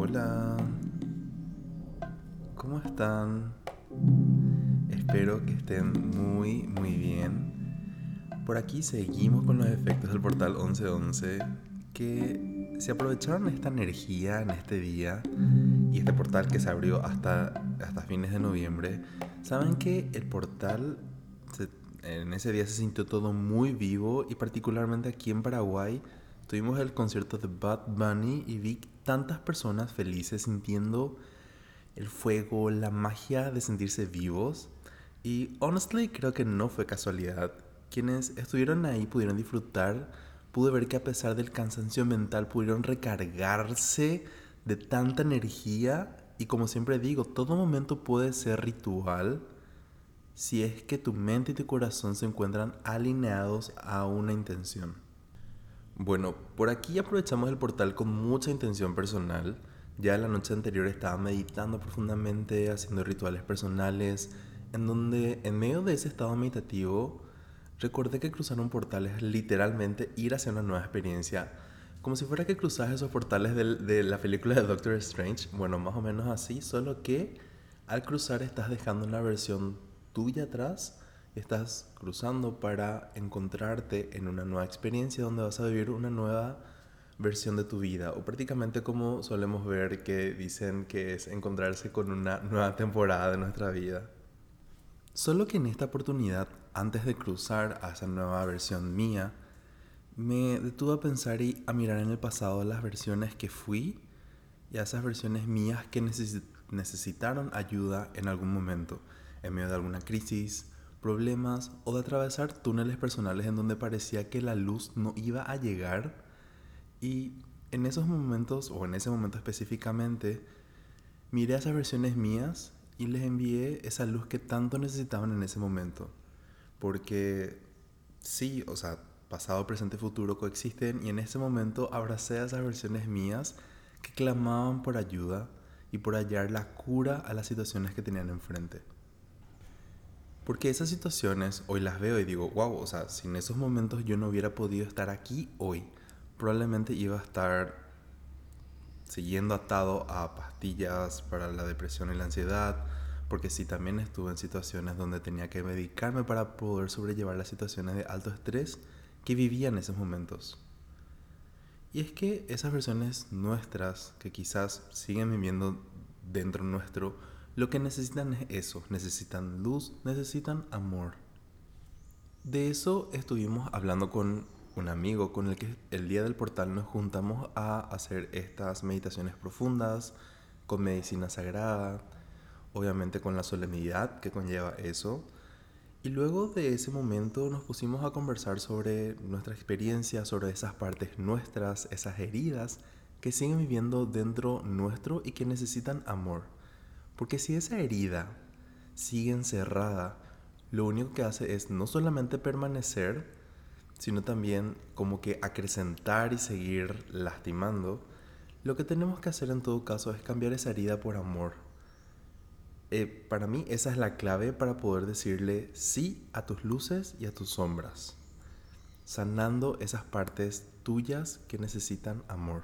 Hola, ¿cómo están? Espero que estén muy bien. Por aquí seguimos con los efectos del portal 1111 que se aprovecharon esta energía en este día y este portal que se abrió hasta fines de noviembre. Saben que el portal en ese día se sintió todo muy vivo y particularmente aquí en Paraguay tuvimos el concierto de Bad Bunny y vi tantas personas felices sintiendo el fuego, la magia de sentirse vivos. Y honestly creo que no fue casualidad. Quienes estuvieron ahí pudieron disfrutar. Pude ver que a pesar del cansancio mental pudieron recargarse de tanta energía. Y como siempre digo, todo momento puede ser ritual si es que tu mente y tu corazón se encuentran alineados a una intención. Bueno, por aquí aprovechamos el portal con mucha intención personal. Ya la noche anterior estaba meditando profundamente, haciendo rituales personales, en donde en medio de ese estado meditativo recordé que cruzar un portal es literalmente ir hacia una nueva experiencia, como si fuera que cruzas esos portales de la película de Doctor Strange. Bueno, más o menos así, solo que al cruzar estás dejando una versión tuya atrás. Estás cruzando para encontrarte en una nueva experiencia donde vas a vivir una nueva versión de tu vida, o prácticamente como solemos ver que dicen que es encontrarse con una nueva temporada de nuestra vida. Solo que en esta oportunidad, antes de cruzar a esa nueva versión mía, me detuve a pensar y a mirar en el pasado las versiones que fui y a esas versiones mías que necesitaron ayuda en algún momento, en medio de alguna crisis, problemas o de atravesar túneles personales en donde parecía que la luz no iba a llegar. Y en esos momentos, o en ese momento específicamente, miré a esas versiones mías y les envié esa luz que tanto necesitaban en ese momento. Porque sí, o sea, pasado, presente, futuro coexisten, y en ese momento abracé a esas versiones mías que clamaban por ayuda y por hallar la cura a las situaciones que tenían enfrente. Porque esas situaciones hoy las veo y digo, wow, o sea, si en esos momentos yo no hubiera podido estar aquí hoy, probablemente iba a estar siguiendo atado a pastillas para la depresión y la ansiedad, porque sí, también estuve en situaciones donde tenía que medicarme para poder sobrellevar las situaciones de alto estrés que vivía en esos momentos. Y es que esas versiones nuestras, que quizás siguen viviendo dentro nuestro, lo que necesitan es eso, necesitan luz, necesitan amor. De eso estuvimos hablando con un amigo con el que el día del portal nos juntamos a hacer estas meditaciones profundas, con medicina sagrada, obviamente con la solemnidad que conlleva eso. Y luego de ese momento nos pusimos a conversar sobre nuestra experiencia, sobre esas partes nuestras, esas heridas que siguen viviendo dentro nuestro y que necesitan amor. Porque si esa herida sigue encerrada, lo único que hace es no solamente permanecer, sino también como que acrecentar y seguir lastimando. Lo que tenemos que hacer en todo caso es cambiar esa herida por amor. Para mí esa es la clave para poder decirle sí a tus luces y a tus sombras, sanando esas partes tuyas que necesitan amor.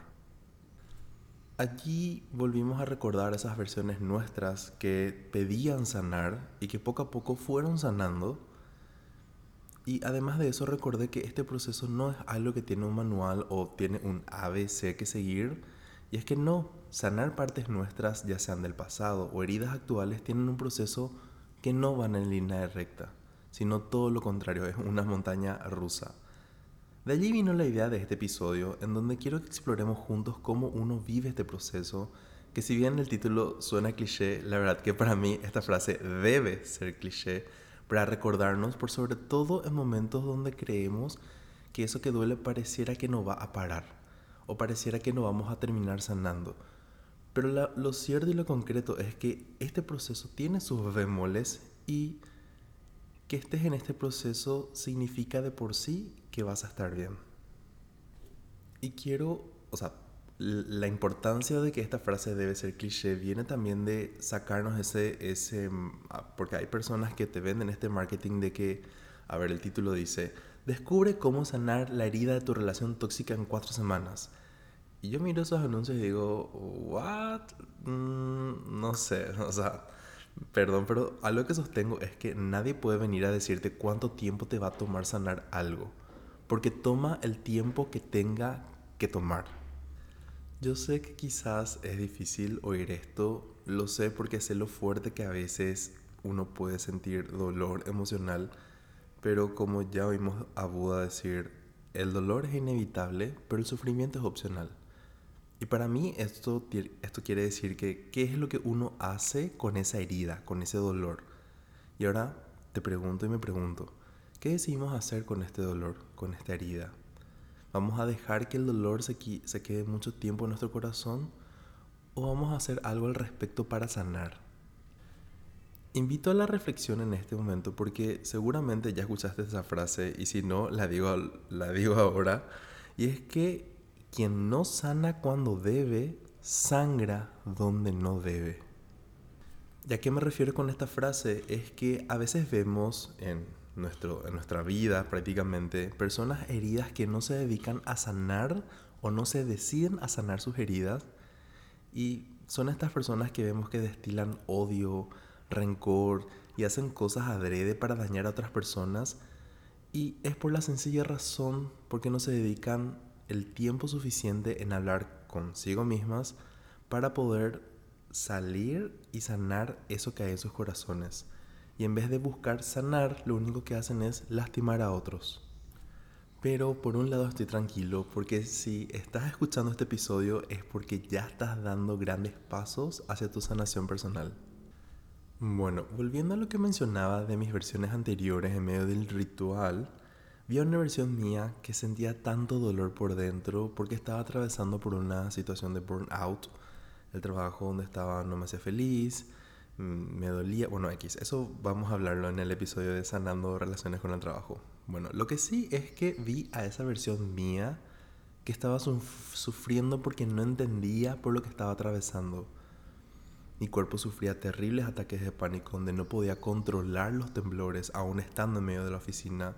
Allí volvimos a recordar esas versiones nuestras que pedían sanar y que poco a poco fueron sanando. Y además de eso recordé que este proceso no es algo que tiene un manual o tiene un ABC que seguir. Y es que no, sanar partes nuestras, ya sean del pasado o heridas actuales, tienen un proceso que no van en línea recta, sino todo lo contrario, es una montaña rusa. De allí vino la idea de este episodio, en donde quiero que exploremos juntos cómo uno vive este proceso, que si bien el título suena cliché, la verdad que para mí esta frase debe ser cliché, para recordarnos por sobre todo en momentos donde creemos que eso que duele pareciera que no va a parar, o pareciera que no vamos a terminar sanando. Pero lo cierto y lo concreto es que este proceso tiene sus bemoles, y que estés en este proceso significa de por sí que vas a estar bien. Y quiero, o sea, la importancia de que esta frase debe ser cliché viene también de sacarnos porque hay personas que te venden este marketing de que, a ver, el título dice, descubre cómo sanar la herida de tu relación tóxica en 4 semanas. Y yo miro esos anuncios y digo, ¿what? No sé, o sea, perdón, pero algo que sostengo es que nadie puede venir a decirte cuánto tiempo te va a tomar sanar algo, porque toma el tiempo que tenga que tomar. Yo sé que quizás es difícil oír esto, lo sé porque sé lo fuerte que a veces uno puede sentir dolor emocional, pero como ya oímos a Buda decir, el dolor es inevitable, pero el sufrimiento es opcional. Y para mí esto quiere decir que qué es lo que uno hace con esa herida, con ese dolor. Y ahora te pregunto y me pregunto, ¿qué decidimos hacer con este dolor, con esta herida? ¿Vamos a dejar que el dolor se quede mucho tiempo en nuestro corazón o vamos a hacer algo al respecto para sanar? Invito a la reflexión en este momento porque seguramente ya escuchaste esa frase y si no, la digo ahora. Y es que quien no sana cuando debe, sangra donde no debe. ¿Y a qué me refiero con esta frase? Es que a veces vemos en nuestra vida prácticamente personas heridas que no se dedican a sanar o no se deciden a sanar sus heridas. Y son estas personas que vemos que destilan odio, rencor y hacen cosas adrede para dañar a otras personas. Y es por la sencilla razón porque no se dedican el tiempo suficiente en hablar consigo mismas para poder salir y sanar eso que hay en sus corazones. Y en vez de buscar sanar, lo único que hacen es lastimar a otros. Pero por un lado estoy tranquilo porque si estás escuchando este episodio es porque ya estás dando grandes pasos hacia tu sanación personal. Bueno, volviendo a lo que mencionaba de mis versiones anteriores en medio del ritual, vi a una versión mía que sentía tanto dolor por dentro porque estaba atravesando por una situación de burnout. El trabajo donde estaba no me hacía feliz, me dolía, bueno, X, eso vamos a hablarlo en el episodio de Sanando Relaciones con el Trabajo. Bueno, lo que sí es que vi a esa versión mía que estaba sufriendo porque no entendía por lo que estaba atravesando. Mi cuerpo sufría terribles ataques de pánico donde no podía controlar los temblores aún estando en medio de la oficina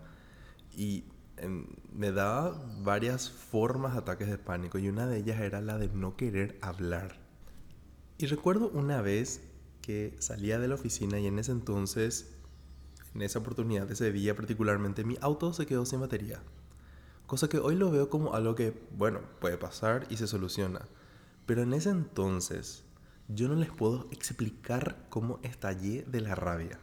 y me daba varias formas de ataques de pánico y una de ellas era la de no querer hablar. Y recuerdo una vez que salía de la oficina y en ese entonces, en esa oportunidad, ese día particularmente, mi auto se quedó sin batería. Cosa que hoy lo veo como algo que, bueno, puede pasar y se soluciona. Pero en ese entonces, yo no les puedo explicar cómo estallé de la rabia.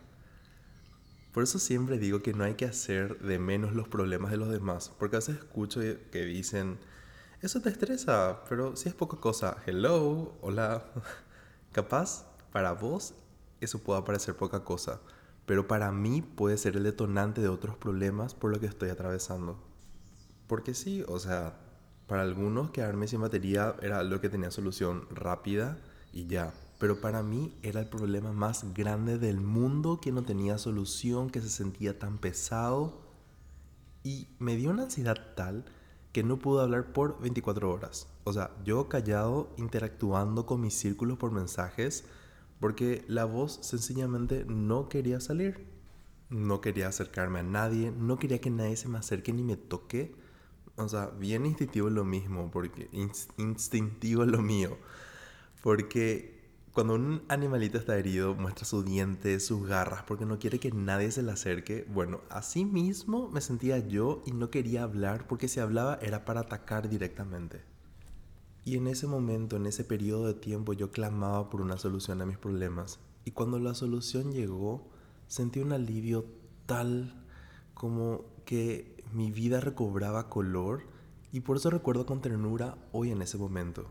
Por eso siempre digo que no hay que hacer de menos los problemas de los demás, porque a veces escucho que dicen, eso te estresa, pero si es poca cosa, hello, hola. Capaz, para vos eso pueda parecer poca cosa, pero para mí puede ser el detonante de otros problemas por lo que estoy atravesando. Porque sí, o sea, para algunos quedarme sin batería era algo que tenía solución rápida y ya. Pero para mí era el problema más grande del mundo que no tenía solución, que se sentía tan pesado y me dio una ansiedad tal que no pude hablar por 24 horas. O sea, yo callado interactuando con mis círculos por mensajes porque la voz sencillamente no quería salir. No quería acercarme a nadie, no quería que nadie se me acerque ni me toque. O sea, bien instintivo es lo mismo, porque instintivo es lo mío. Porque cuando un animalito está herido, muestra sus dientes, sus garras, porque no quiere que nadie se le acerque. Bueno, así mismo me sentía yo y no quería hablar, porque si hablaba era para atacar directamente. Y en ese momento, en ese periodo de tiempo, yo clamaba por una solución a mis problemas. Y cuando la solución llegó, sentí un alivio tal como que mi vida recobraba color y por eso recuerdo con ternura hoy en ese momento.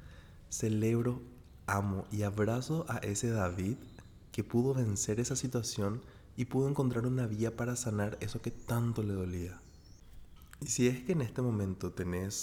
Celebro, amo y abrazo a ese David que pudo vencer esa situación y pudo encontrar una vía para sanar eso que tanto le dolía. Y si es que en este momento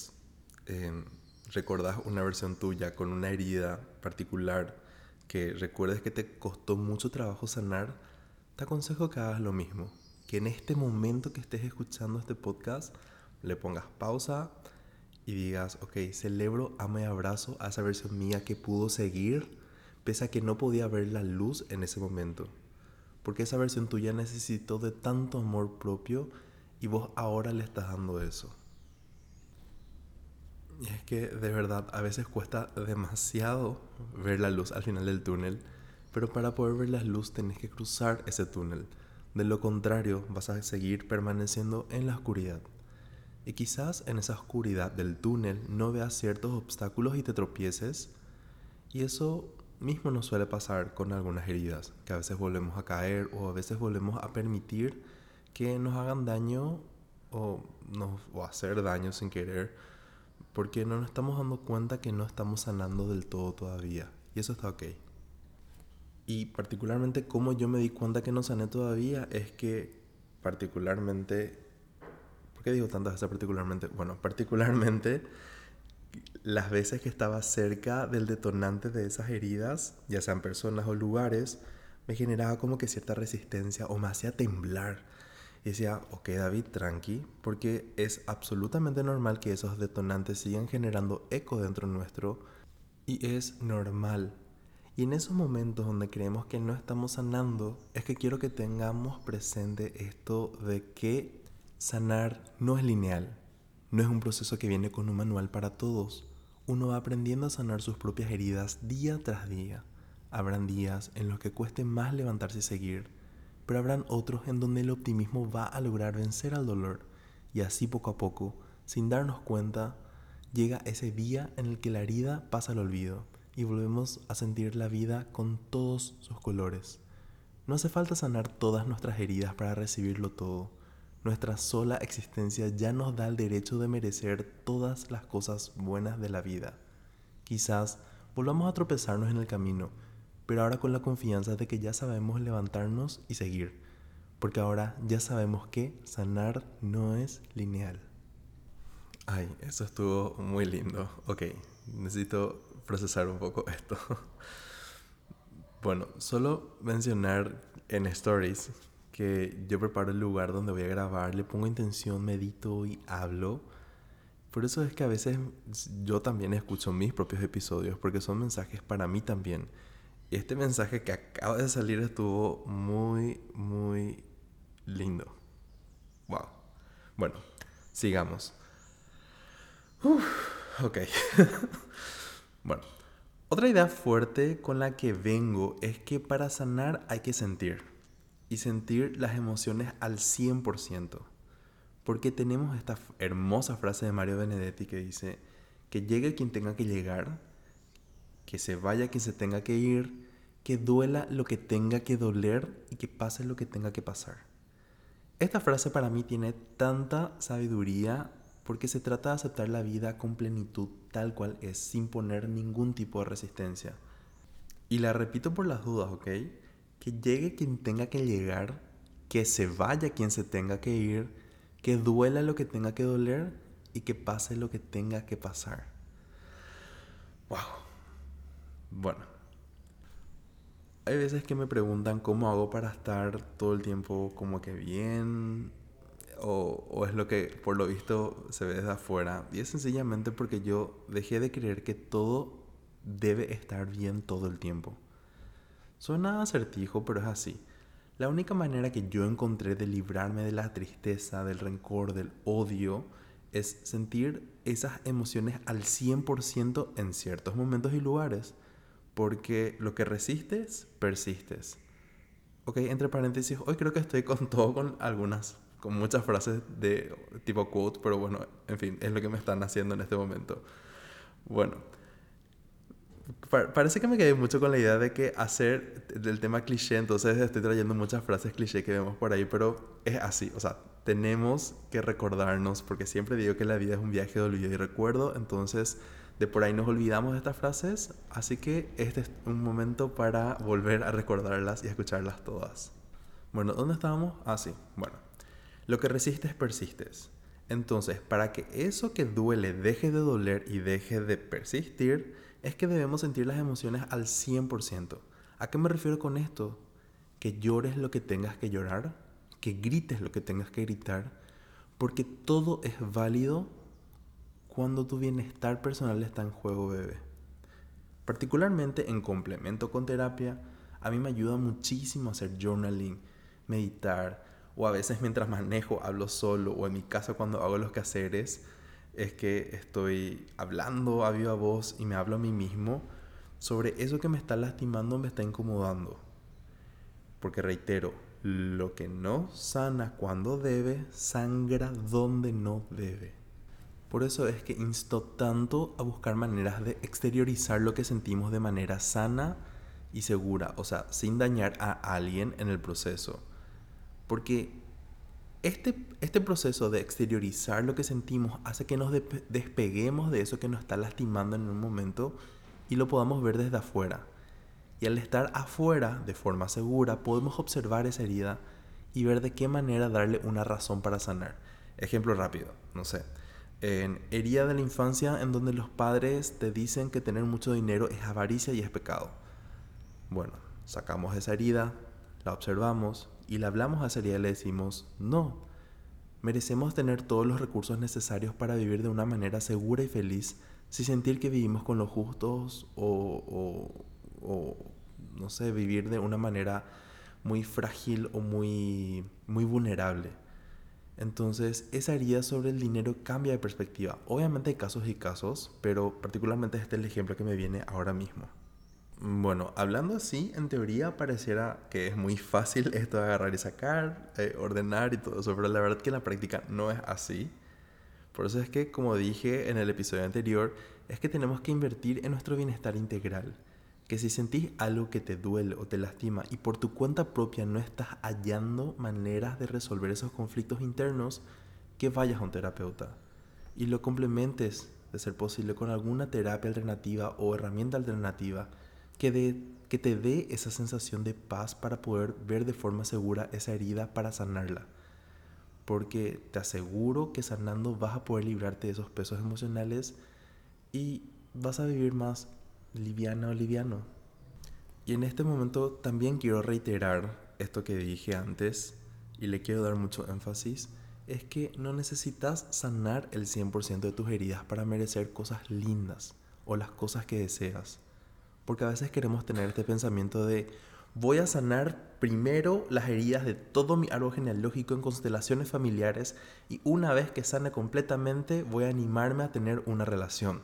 eh, recordás una versión tuya con una herida particular que recuerdes que te costó mucho trabajo sanar, te aconsejo que hagas lo mismo. Que en este momento que estés escuchando este podcast, le pongas pausa y digas, ok, celebro, amo y abrazo a esa versión mía que pudo seguir pese a que no podía ver la luz en ese momento. Porque esa versión tuya necesitó de tanto amor propio y vos ahora le estás dando eso. Y es que de verdad a veces cuesta demasiado ver la luz al final del túnel, pero para poder ver la luz tenés que cruzar ese túnel. De lo contrario, vas a seguir permaneciendo en la oscuridad. Y quizás en esa oscuridad del túnel no veas ciertos obstáculos y te tropieces. Y eso mismo nos suele pasar con algunas heridas, que a veces volvemos a caer o a veces volvemos a permitir que nos hagan daño o hacer daño sin querer, porque no nos estamos dando cuenta que no estamos sanando del todo todavía. Y eso está ok. Y particularmente como yo me di cuenta que no sané todavía es que particularmente... ¿Por qué digo tantas veces particularmente? Bueno, particularmente las veces que estaba cerca del detonante de esas heridas, ya sean personas o lugares, me generaba como que cierta resistencia o me hacía temblar. Y decía, ok David, tranqui, porque es absolutamente normal que esos detonantes sigan generando eco dentro nuestro y es normal. Y en esos momentos donde creemos que no estamos sanando, es que quiero que tengamos presente esto de que sanar no es lineal, no es un proceso que viene con un manual para todos. Uno va aprendiendo a sanar sus propias heridas día tras día. Habrán días en los que cueste más levantarse y seguir, pero habrán otros en donde el optimismo va a lograr vencer al dolor. Y así poco a poco, sin darnos cuenta, llega ese día en el que la herida pasa al olvido y volvemos a sentir la vida con todos sus colores. No hace falta sanar todas nuestras heridas para recibirlo todo. Nuestra sola existencia ya nos da el derecho de merecer todas las cosas buenas de la vida. Quizás volvamos a tropezarnos en el camino, pero ahora con la confianza de que ya sabemos levantarnos y seguir, porque ahora ya sabemos que sanar no es lineal. Ay, eso estuvo muy lindo. Ok, necesito procesar un poco esto. Bueno, solo mencionar en stories que yo preparo el lugar donde voy a grabar, le pongo intención, medito y hablo. Por eso es que a veces yo también escucho mis propios episodios porque son mensajes para mí también. Y este mensaje que acaba de salir estuvo muy, muy lindo. Wow. Bueno, sigamos. Ok. Bueno, otra idea fuerte con la que vengo es que para sanar hay que sentir. Y sentir las emociones al 100%. Porque tenemos esta hermosa frase de Mario Benedetti que dice que llegue quien tenga que llegar, que se vaya quien se tenga que ir, que duela lo que tenga que doler y que pase lo que tenga que pasar. Esta frase para mí tiene tanta sabiduría porque se trata de aceptar la vida con plenitud tal cual es, sin poner ningún tipo de resistencia. Y la repito por las dudas, ¿ok? Que llegue quien tenga que llegar, que se vaya quien se tenga que ir, que duela lo que tenga que doler y que pase lo que tenga que pasar. Wow. Bueno, hay veces que me preguntan cómo hago para estar todo el tiempo como que bien o es lo que por lo visto se ve desde afuera. Y es sencillamente porque yo dejé de creer que todo debe estar bien todo el tiempo. Suena acertijo, pero es así. La única manera que yo encontré de librarme de la tristeza, del rencor, del odio, es sentir esas emociones al 100% en ciertos momentos y lugares. Porque lo que resistes, persistes. Ok, entre paréntesis, hoy creo que estoy con todo, con muchas frases de tipo quote, pero bueno, en fin, es lo que me están haciendo en este momento. Bueno, parece que me quedé mucho con la idea de que hacer del tema cliché, entonces estoy trayendo muchas frases cliché que vemos por ahí, pero es así, o sea, tenemos que recordarnos, porque siempre digo que la vida es un viaje de olvido y recuerdo, entonces de por ahí nos olvidamos de estas frases, así que este es un momento para volver a recordarlas y a escucharlas todas. Bueno, ¿dónde estábamos? Ah, sí, bueno. Lo que resistes, persistes. Entonces, para que eso que duele deje de doler y deje de persistir, es que debemos sentir las emociones al 100%. ¿A qué me refiero con esto? Que llores lo que tengas que llorar, que grites lo que tengas que gritar, porque todo es válido cuando tu bienestar personal está en juego, bebé. Particularmente en complemento con terapia, a mí me ayuda muchísimo hacer journaling, meditar, o a veces mientras manejo hablo solo, o en mi casa cuando hago los quehaceres, es que estoy hablando a viva voz y me hablo a mí mismo sobre eso que me está lastimando, me está incomodando. Porque reitero, lo que no sana cuando debe, sangra donde no debe. Por eso es que insto tanto a buscar maneras de exteriorizar lo que sentimos de manera sana y segura, o sea, sin dañar a alguien en el proceso. Porque este proceso de exteriorizar lo que sentimos hace que nos despeguemos de eso que nos está lastimando en un momento y lo podamos ver desde afuera. Y al estar afuera, de forma segura, podemos observar esa herida y ver de qué manera darle una razón para sanar. Ejemplo rápido, no sé. En herida de la infancia en donde los padres te dicen que tener mucho dinero es avaricia y es pecado. Bueno, sacamos esa herida, la observamos y le hablamos a esa herida y le decimos, no, merecemos tener todos los recursos necesarios para vivir de una manera segura y feliz sin sentir que vivimos con los justos o no sé, vivir de una manera muy frágil o muy vulnerable. Entonces, esa herida sobre el dinero cambia de perspectiva. Obviamente hay casos y casos, pero particularmente este es el ejemplo que me viene ahora mismo. Bueno, hablando así, en teoría pareciera que es muy fácil esto de agarrar y sacar, ordenar y todo eso, pero la verdad que en la práctica no es así. Por eso es que, como dije en el episodio anterior, es que tenemos que invertir en nuestro bienestar integral. Que si sentís algo que te duele o te lastima y por tu cuenta propia no estás hallando maneras de resolver esos conflictos internos, que vayas a un terapeuta y lo complementes, de ser posible, con alguna terapia alternativa o herramienta alternativa que te dé esa sensación de paz para poder ver de forma segura esa herida para sanarla. Porque te aseguro que sanando vas a poder librarte de esos pesos emocionales y vas a vivir más liviana o liviano. Y en este momento también quiero reiterar esto que dije antes y le quiero dar mucho énfasis, es que no necesitas sanar el 100% de tus heridas para merecer cosas lindas o las cosas que deseas. Porque a veces queremos tener este pensamiento de voy a sanar primero las heridas de todo mi árbol genealógico en constelaciones familiares y una vez que sane completamente voy a animarme a tener una relación.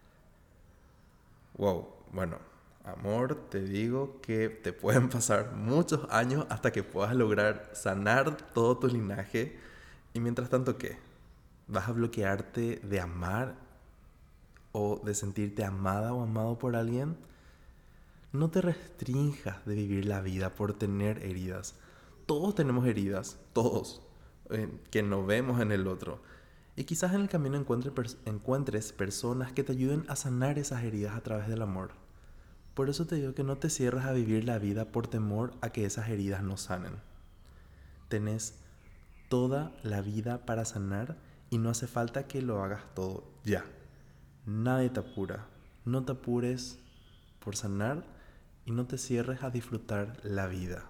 Wow, bueno, amor, te digo que te pueden pasar muchos años hasta que puedas lograr sanar todo tu linaje. Y mientras tanto, ¿qué? ¿Vas a bloquearte de amar o de sentirte amada o amado por alguien? No te restrinjas de vivir la vida por tener heridas. Todos tenemos heridas, todos, que no vemos en el otro. Y quizás en el camino encuentres personas que te ayuden a sanar esas heridas a través del amor. Por eso te digo que no te cierres a vivir la vida por temor a que esas heridas no sanen. Tenés toda la vida para sanar y no hace falta que lo hagas todo ya. Nadie te apura. No te apures por sanar y no te cierres a disfrutar la vida.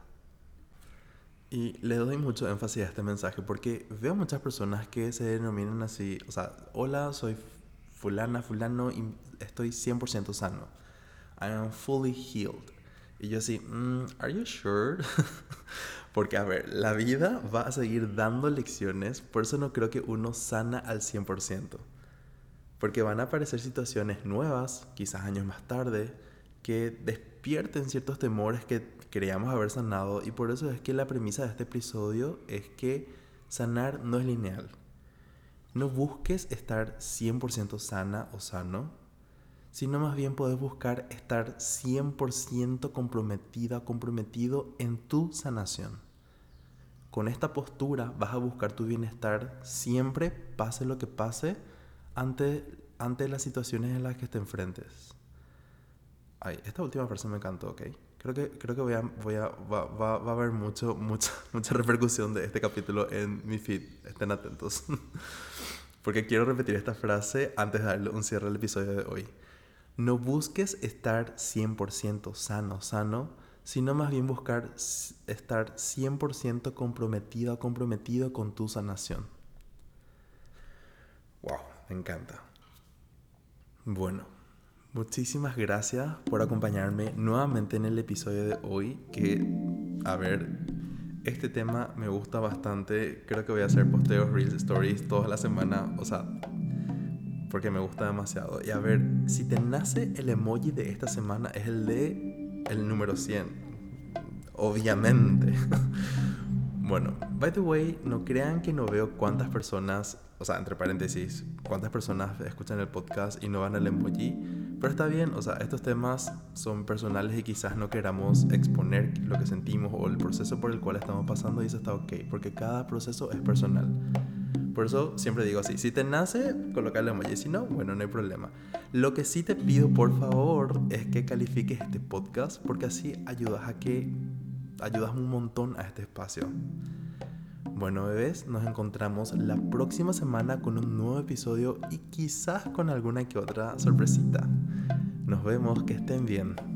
Y le doy mucho énfasis a este mensaje porque veo muchas personas que se denominan así, o sea, hola, soy fulana, fulano y estoy 100% sano. I am fully healed. Y yo así, are you sure? Porque a ver, la vida va a seguir dando lecciones, por eso no creo que uno sana al 100%. Porque van a aparecer situaciones nuevas, quizás años más tarde, que despierten ciertos temores que creíamos haber sanado. Y por eso es que la premisa de este episodio es que sanar no es lineal. No busques estar 100% sana o sano, sino más bien puedes buscar estar 100% comprometida, comprometido en tu sanación. Con esta postura vas a buscar tu bienestar siempre, pase lo que pase, ante las situaciones en las que te enfrentes. Ay, esta última frase me encantó, ¿ok? Creo que va a haber mucha repercusión de este capítulo en mi feed. Estén atentos. Porque quiero repetir esta frase antes de darle un cierre al episodio de hoy. No busques estar 100% sano, sino más bien buscar estar 100% comprometido con tu sanación. Wow, me encanta. Bueno, muchísimas gracias por acompañarme nuevamente en el episodio de hoy. Que, a ver, este tema me gusta bastante. Creo que voy a hacer posteos, reels, stories toda la semana. O sea, porque me gusta demasiado. Y a ver, si te nace el emoji de esta semana es el número 100, obviamente. Bueno, by the way, no crean que no veo cuántas personas, o sea, entre paréntesis, cuántas personas escuchan el podcast y no van al emoji, pero está bien, o sea, estos temas son personales y quizás no queramos exponer lo que sentimos o el proceso por el cual estamos pasando, y eso está ok, porque cada proceso es personal. Por eso siempre digo así, si te nace, coloca el emoji, si no, bueno, no hay problema. Lo que sí te pido, por favor, es que califiques este podcast, porque así ayudas un montón a este espacio. Bueno, bebés, nos encontramos la próxima semana con un nuevo episodio y quizás con alguna que otra sorpresita. Nos vemos, que estén bien.